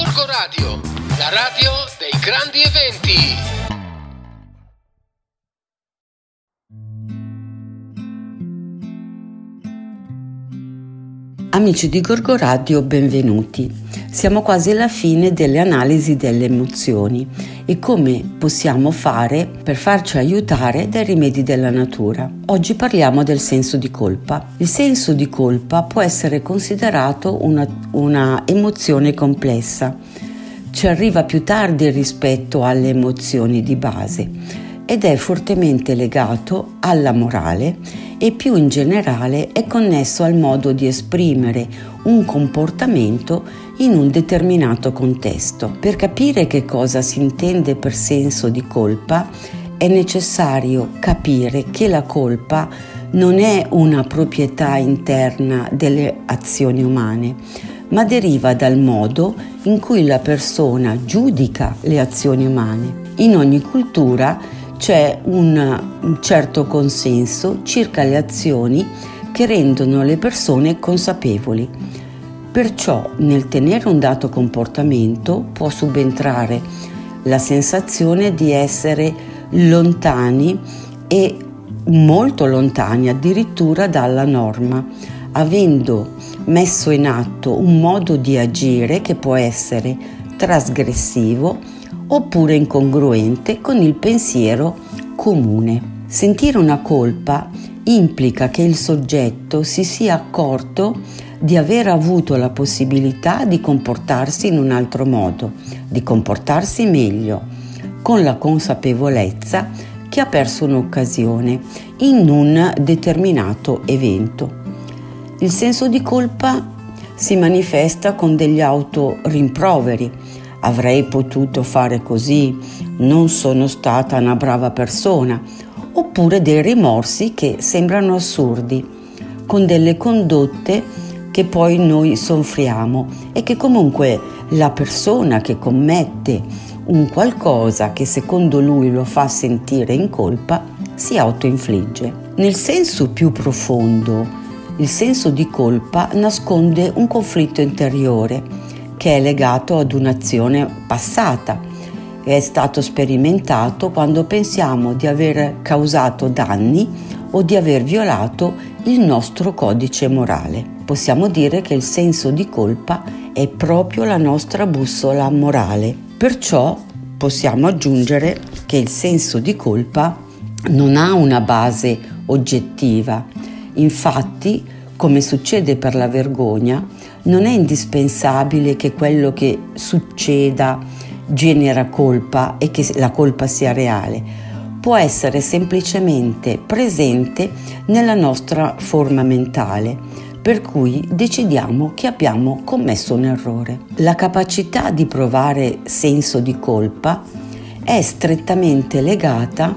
Gorgo Radio, la radio dei grandi eventi. Amici di Gorgo Radio, benvenuti. Siamo quasi alla fine delle analisi delle emozioni e come possiamo fare per farci aiutare dai rimedi della natura. Oggi parliamo del senso di colpa. Il senso di colpa può essere considerato una emozione complessa. Ci arriva più tardi rispetto alle emozioni di base ed è fortemente legato alla morale e più in generale è connesso al modo di esprimere un comportamento in un determinato contesto. Per capire che cosa si intende per senso di colpa è necessario capire che la colpa non è una proprietà interna delle azioni umane, ma deriva dal modo in cui la persona giudica le azioni umane. In ogni cultura c'è un certo consenso circa le azioni che rendono le persone consapevoli. Perciò nel tenere un dato comportamento può subentrare la sensazione di essere lontani e molto lontani addirittura dalla norma, avendo messo in atto un modo di agire che può essere trasgressivo oppure incongruente con il pensiero comune. Sentire una colpa implica che il soggetto si sia accorto di aver avuto la possibilità di comportarsi in un altro modo, di comportarsi meglio, con la consapevolezza che ha perso un'occasione in un determinato evento. Il senso di colpa si manifesta con degli autorimproveri. Avrei potuto fare così, non sono stata una brava persona, oppure dei rimorsi che sembrano assurdi, con delle condotte che poi noi soffriamo e che comunque la persona che commette un qualcosa che secondo lui lo fa sentire in colpa si autoinfligge. Nel senso più profondo, il senso di colpa nasconde un conflitto interiore che è legato ad un'azione passata e è stato sperimentato quando pensiamo di aver causato danni o di aver violato il nostro codice morale. Possiamo dire che il senso di colpa è proprio la nostra bussola morale. Perciò possiamo aggiungere che il senso di colpa non ha una base oggettiva. Infatti, come succede per la vergogna, non è indispensabile che quello che succeda genera colpa e che la colpa sia reale. Può essere semplicemente presente nella nostra forma mentale, per cui decidiamo che abbiamo commesso un errore. La capacità di provare senso di colpa è strettamente legata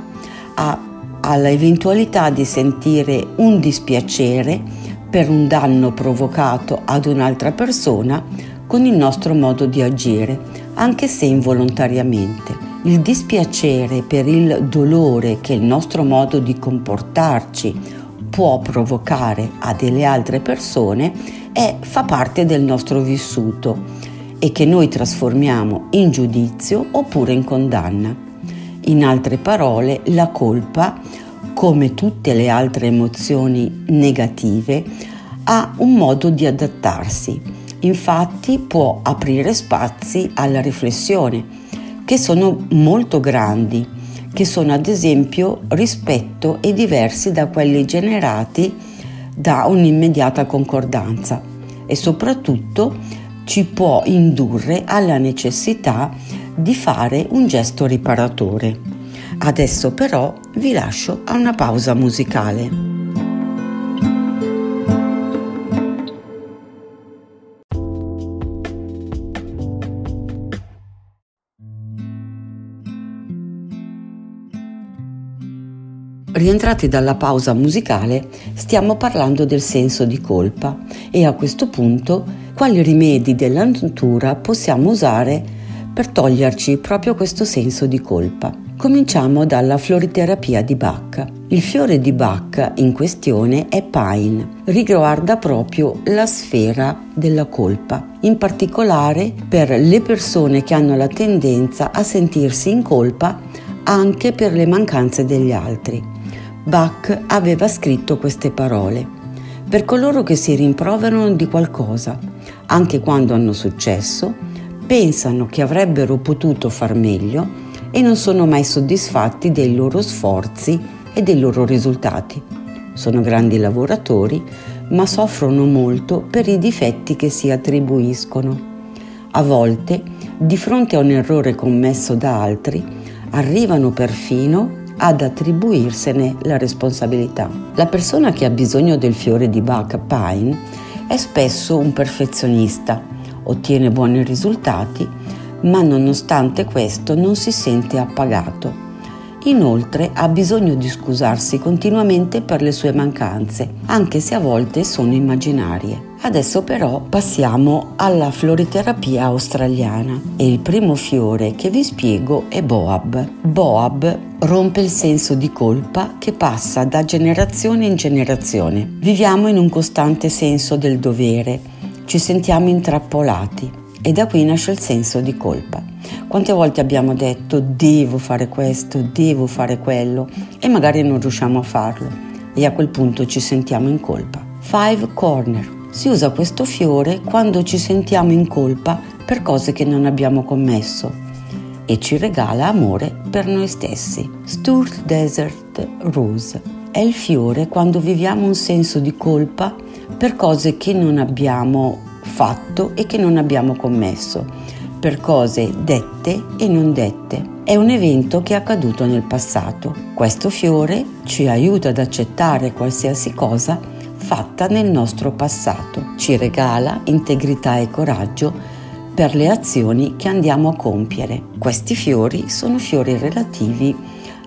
alla eventualità di sentire un dispiacere per un danno provocato ad un'altra persona con il nostro modo di agire, anche se involontariamente. Il dispiacere per il dolore che il nostro modo di comportarci può provocare a delle altre persone fa parte del nostro vissuto e che noi trasformiamo in giudizio oppure in condanna. In altre parole, la colpa, come tutte le altre emozioni negative, ha un modo di adattarsi. Infatti può aprire spazi alla riflessione, che sono molto grandi, che sono ad esempio rispetto e diversi da quelli generati da un'immediata concordanza e soprattutto ci può indurre alla necessità di fare un gesto riparatore. Adesso però vi lascio a una pausa musicale. Rientrati dalla pausa musicale, stiamo parlando del senso di colpa e a questo punto quali rimedi della natura possiamo usare per toglierci proprio questo senso di colpa. Cominciamo dalla floriterapia di Bach. Il fiore di Bach in questione è Pine, riguarda proprio la sfera della colpa, in particolare per le persone che hanno la tendenza a sentirsi in colpa anche per le mancanze degli altri. Bach aveva scritto queste parole: per coloro che si rimproverano di qualcosa, anche quando hanno successo, pensano che avrebbero potuto far meglio e non sono mai soddisfatti dei loro sforzi e dei loro risultati. Sono grandi lavoratori, ma soffrono molto per i difetti che si attribuiscono. A volte, di fronte a un errore commesso da altri, arrivano perfino ad attribuirsene la responsabilità. La persona che ha bisogno del fiore di Bach Pine è spesso un perfezionista, ottiene buoni risultati, ma nonostante questo non si sente appagato. Inoltre ha bisogno di scusarsi continuamente per le sue mancanze, anche se a volte sono immaginarie. Adesso però passiamo alla floriterapia australiana e il primo fiore che vi spiego è Boab. Boab rompe il senso di colpa che passa da generazione in generazione. Viviamo in un costante senso del dovere, ci sentiamo intrappolati. E da qui nasce il senso di colpa. Quante volte abbiamo detto devo fare questo, devo fare quello e magari non riusciamo a farlo e a quel punto ci sentiamo in colpa. Five Corner. Si usa questo fiore quando ci sentiamo in colpa per cose che non abbiamo commesso e ci regala amore per noi stessi. Stuart Desert Rose. È il fiore quando viviamo un senso di colpa per cose che non abbiamo fatto e che non abbiamo commesso, per cose dette e non dette. È un evento che è accaduto nel passato. Questo fiore ci aiuta ad accettare qualsiasi cosa fatta nel nostro passato. Ci regala integrità e coraggio per le azioni che andiamo a compiere. Questi fiori sono fiori relativi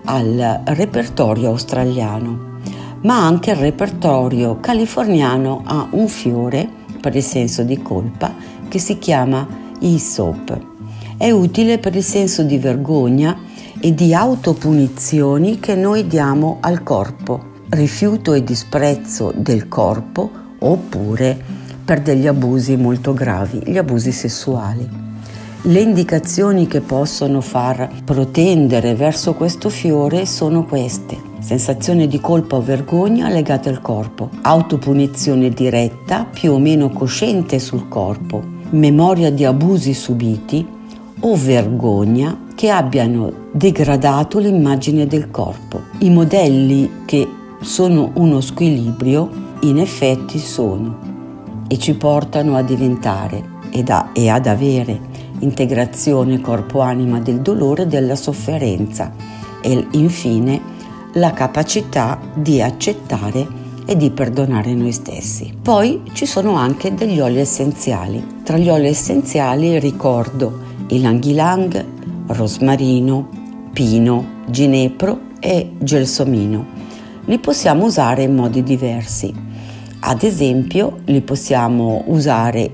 al repertorio australiano, ma anche il repertorio californiano ha un fiore per il senso di colpa che si chiama Aesop. È utile per il senso di vergogna e di autopunizioni che noi diamo al corpo, rifiuto e disprezzo del corpo, oppure per degli abusi molto gravi, gli abusi sessuali. Le indicazioni che possono far protendere verso questo fiore sono queste: sensazione di colpa o vergogna legate al corpo, autopunizione diretta più o meno cosciente sul corpo, memoria di abusi subiti o vergogna che abbiano degradato l'immagine del corpo. I modelli che sono uno squilibrio in effetti sono e ci portano a diventare e ad avere integrazione corpo-anima del dolore e della sofferenza e infine la capacità di accettare e di perdonare noi stessi. Poi ci sono anche degli oli essenziali. Tra gli oli essenziali ricordo ylang ylang, rosmarino, pino, ginepro e gelsomino. Li possiamo usare in modi diversi. Ad esempio li possiamo usare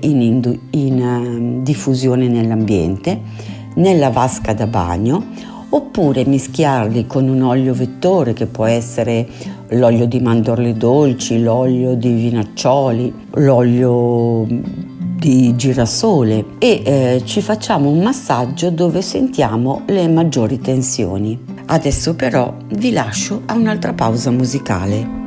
in diffusione nell'ambiente, nella vasca da bagno, oppure mischiarli con un olio vettore che può essere l'olio di mandorle dolci, l'olio di vinaccioli, l'olio di girasole e ci facciamo un massaggio dove sentiamo le maggiori tensioni. Adesso però vi lascio a un'altra pausa musicale.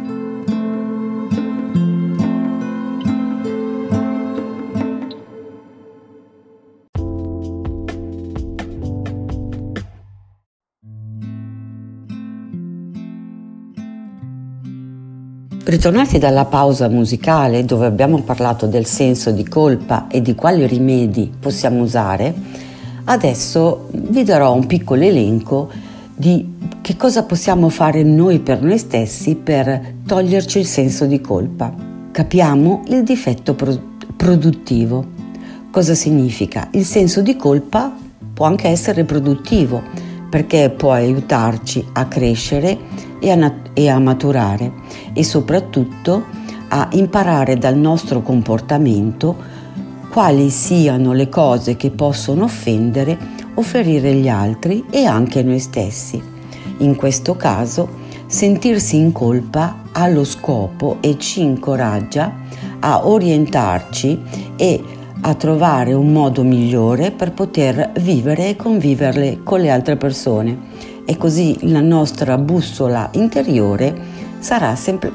Ritornati dalla pausa musicale dove abbiamo parlato del senso di colpa e di quali rimedi possiamo usare, adesso vi darò un piccolo elenco di che cosa possiamo fare noi per noi stessi per toglierci il senso di colpa. Capiamo il difetto produttivo. Cosa significa? Il senso di colpa può anche essere produttivo perché può aiutarci a crescere e a maturare e soprattutto a imparare dal nostro comportamento quali siano le cose che possono offendere o ferire gli altri e anche noi stessi. In questo caso, sentirsi in colpa ha lo scopo e ci incoraggia a orientarci e a trovare un modo migliore per poter vivere e conviverle con le altre persone, e così la nostra bussola interiore sarà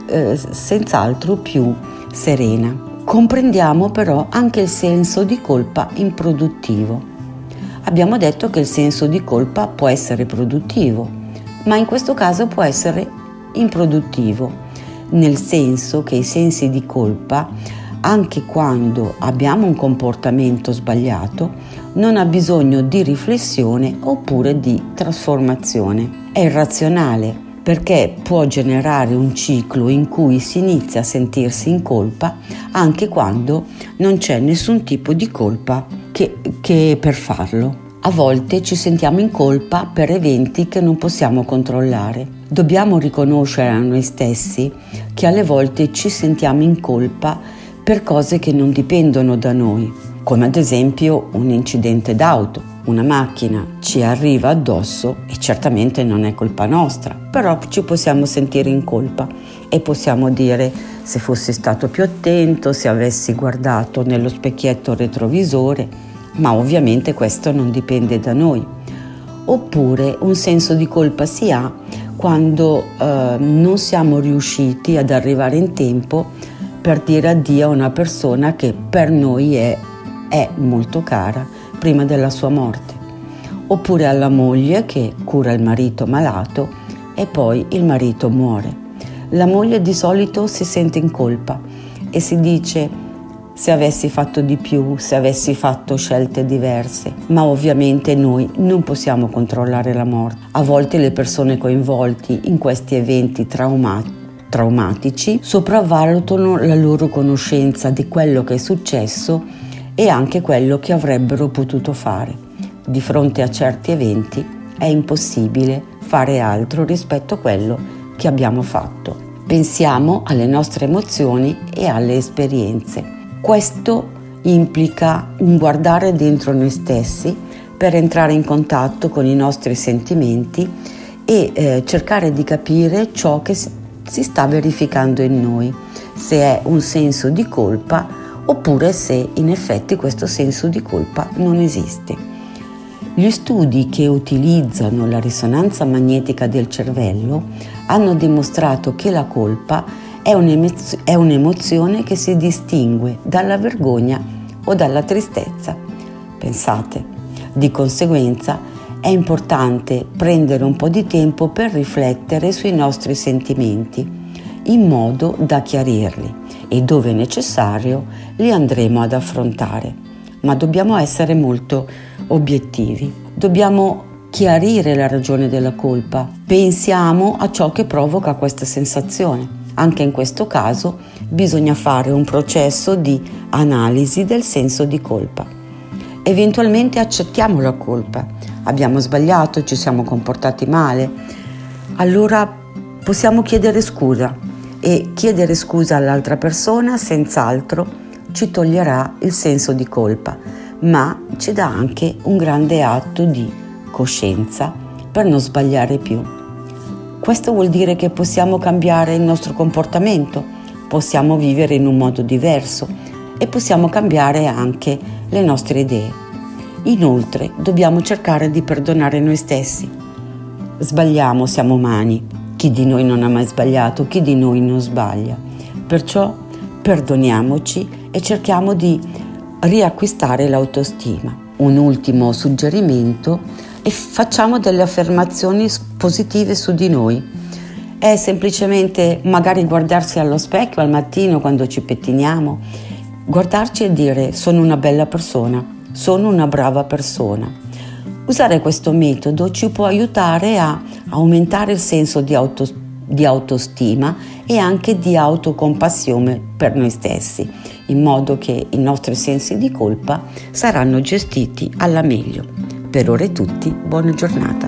senz'altro più serena. Comprendiamo però anche il senso di colpa improduttivo. Abbiamo detto che il senso di colpa può essere produttivo, ma in questo caso può essere improduttivo, nel senso che i sensi di colpa, anche quando abbiamo un comportamento sbagliato, non ha bisogno di riflessione oppure di trasformazione. È irrazionale perché può generare un ciclo in cui si inizia a sentirsi in colpa anche quando non c'è nessun tipo di colpa che per farlo. A volte ci sentiamo in colpa per eventi che non possiamo controllare. Dobbiamo riconoscere a noi stessi che alle volte ci sentiamo in colpa per cose che non dipendono da noi, come ad esempio un incidente d'auto. Una macchina ci arriva addosso e certamente non è colpa nostra, però ci possiamo sentire in colpa e possiamo dire: se fossi stato più attento, se avessi guardato nello specchietto retrovisore, ma ovviamente questo non dipende da noi. Oppure un senso di colpa si ha quando non siamo riusciti ad arrivare in tempo per dire addio a una persona che per noi è molto cara prima della sua morte. Oppure alla moglie che cura il marito malato e poi il marito muore. La moglie di solito si sente in colpa e si dice: se avessi fatto di più, se avessi fatto scelte diverse. Ma ovviamente noi non possiamo controllare la morte. A volte le persone coinvolte in questi eventi traumatici sopravvalutano la loro conoscenza di quello che è successo e anche quello che avrebbero potuto fare. Di fronte a certi eventi è impossibile fare altro rispetto a quello che abbiamo fatto. Pensiamo alle nostre emozioni e alle esperienze. Questo implica un guardare dentro noi stessi per entrare in contatto con i nostri sentimenti e cercare di capire ciò che si sta verificando in noi, se è un senso di colpa oppure se in effetti questo senso di colpa non esiste. Gli studi che utilizzano la risonanza magnetica del cervello hanno dimostrato che la colpa è un'emozione che si distingue dalla vergogna o dalla tristezza. Pensate, di conseguenza è importante prendere un po' di tempo per riflettere sui nostri sentimenti, in modo da chiarirli, e dove necessario li andremo ad affrontare. Ma dobbiamo essere molto obiettivi. Dobbiamo chiarire la ragione della colpa. Pensiamo a ciò che provoca questa sensazione. Anche in questo caso bisogna fare un processo di analisi del senso di colpa. Eventualmente accettiamo la colpa. Abbiamo sbagliato, ci siamo comportati male. Allora possiamo chiedere scusa, e chiedere scusa all'altra persona senz'altro ci toglierà il senso di colpa, ma ci dà anche un grande atto di coscienza per non sbagliare più. Questo vuol dire che possiamo cambiare il nostro comportamento, possiamo vivere in un modo diverso e possiamo cambiare anche le nostre idee. Inoltre, dobbiamo cercare di perdonare noi stessi. Sbagliamo, siamo umani. Chi di noi non ha mai sbagliato? Chi di noi non sbaglia? Perciò perdoniamoci e cerchiamo di riacquistare l'autostima. Un ultimo suggerimento: e facciamo delle affermazioni positive su di noi. È semplicemente magari guardarsi allo specchio al mattino quando ci pettiniamo, guardarci e dire: sono una bella persona, sono una brava persona. Usare questo metodo ci può aiutare a aumentare il senso di autostima e anche di autocompassione per noi stessi, in modo che i nostri sensi di colpa saranno gestiti alla meglio. Per ora è tutti, buona giornata.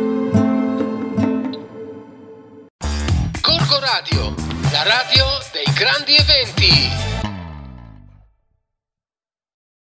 Gorgo Radio, la radio dei grandi eventi.